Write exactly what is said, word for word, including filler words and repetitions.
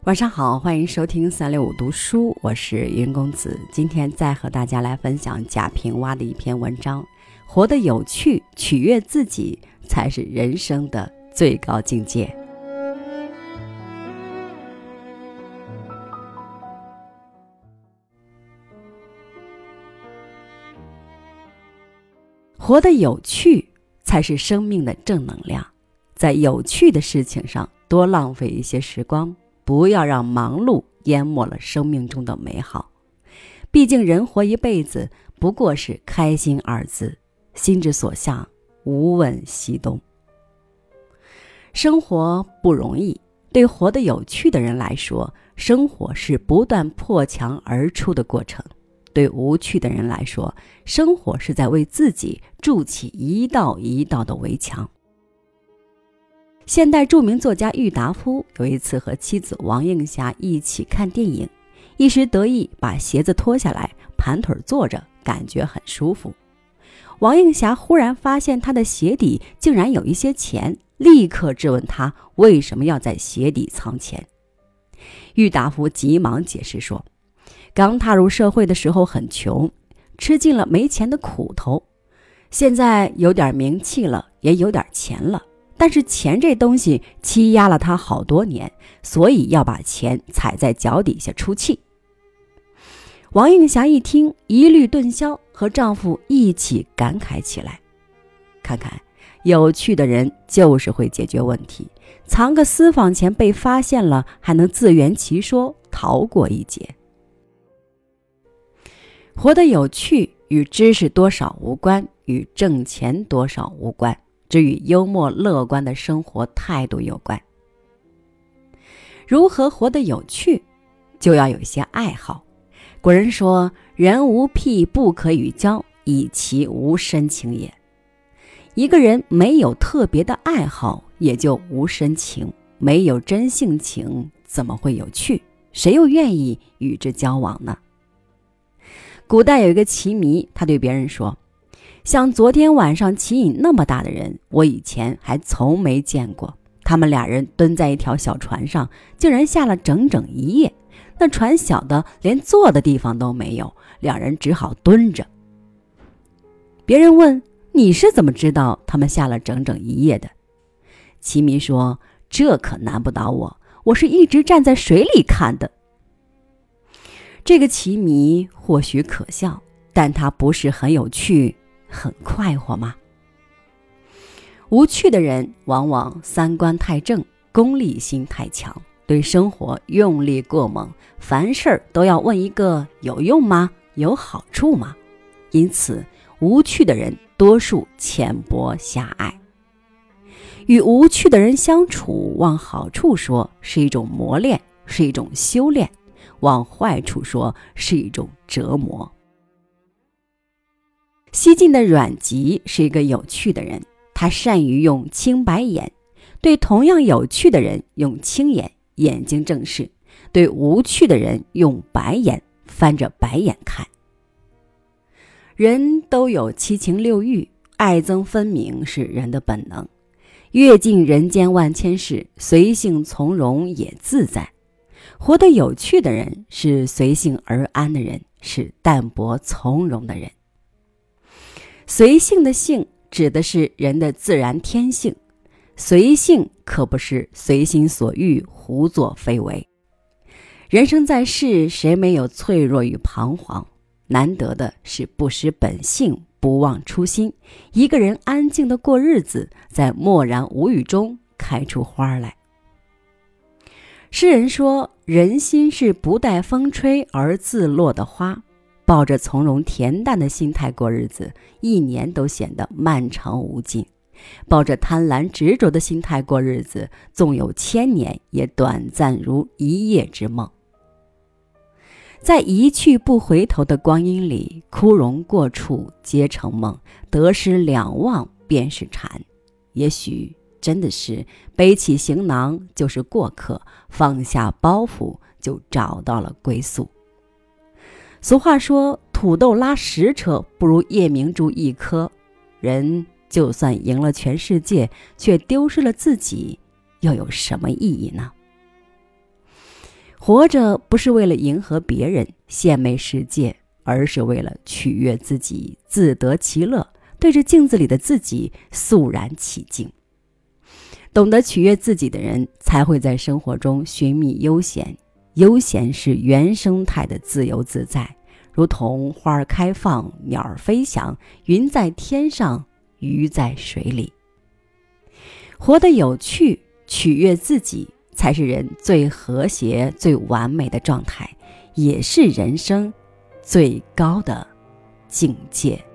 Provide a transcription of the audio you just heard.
晚上好，欢迎收听三六五读书，我是云公子。今天再和大家来分享贾平凹的一篇文章，活得有趣，取悦自己，才是人生的最高境界。活得有趣，才是生命的正能量。在有趣的事情上多浪费一些时光，不要让忙碌淹没了生命中的美好。毕竟人活一辈子，不过是开心二字，心之所向，无问西东。生活不容易，对活得有趣的人来说，生活是不断破墙而出的过程；对无趣的人来说，生活是在为自己筑起一道一道的围墙。现代著名作家郁达夫有一次和妻子王映霞一起看电影，一时得意把鞋子脱下来，盘腿坐着，感觉很舒服。王映霞忽然发现他的鞋底竟然有一些钱，立刻质问他为什么要在鞋底藏钱。郁达夫急忙解释说，刚踏入社会的时候很穷，吃尽了没钱的苦头，现在有点名气了，也有点钱了，但是钱这东西欺压了他好多年，所以要把钱踩在脚底下出气。王映霞一听，一律顿消，和丈夫一起感慨起来。看看，有趣的人就是会解决问题，藏个私房钱被发现了，还能自圆其说，逃过一劫。活得有趣，与知识多少无关，与挣钱多少无关，只与幽默乐观的生活态度有关。如何活得有趣，就要有一些爱好。古人说，人无癖不可与交，以其无深情也。一个人没有特别的爱好，也就无深情，没有真性情，怎么会有趣？谁又愿意与之交往呢？古代有一个棋迷，他对别人说，像昨天晚上棋瘾那么大的人，我以前还从没见过。他们俩人蹲在一条小船上，竟然下了整整一夜。那船小的连坐的地方都没有，两人只好蹲着。别人问，你是怎么知道他们下了整整一夜的？棋迷说，这可难不倒我，我是一直站在水里看的。这个棋迷或许可笑，但他不是很有趣，很快活吗？无趣的人往往三观太正，功利心太强，对生活用力过猛，凡事都要问一个有用吗？有好处吗？因此，无趣的人多数浅薄狭隘。与无趣的人相处，往好处说是一种磨练，是一种修炼；往坏处说是一种折磨。西晋的阮籍是一个有趣的人，他善于用青白眼，对同样有趣的人用青眼，眼睛正视；对无趣的人用白眼，翻着白眼看。人都有七情六欲，爱憎分明是人的本能。阅尽人间万千事，随性从容也自在。活得有趣的人是随性而安的人，是淡泊从容的人。随性的性指的是人的自然天性，随性可不是随心所欲胡作非为。人生在世，谁没有脆弱与彷徨？难得的是不失本性，不忘初心，一个人安静地过日子，在默然无语中开出花来。诗人说，人心是不待风吹而自落的花，抱着从容恬淡的心态过日子，一年都显得漫长无尽；抱着贪婪执着的心态过日子，纵有千年，也短暂如一夜之梦。在一去不回头的光阴里，枯荣过处皆成梦，得失两忘便是禅。也许真的是背起行囊就是过客，放下包袱就找到了归宿。俗话说，土豆拉十车不如夜明珠一颗。人就算赢了全世界，却丢失了自己，又有什么意义呢？ 活着不是为了迎合别人、献媚世界，而是为了取悦自己，自得其乐，对着镜子里的自己肃然起敬。懂得取悦自己的人，才会在生活中寻觅悠闲。悠闲是原生态的自由自在，如同花儿开放，鸟儿飞翔，云在天上，鱼在水里。活得有趣，取悦自己，才是人最和谐、最完美的状态，也是人生最高的境界。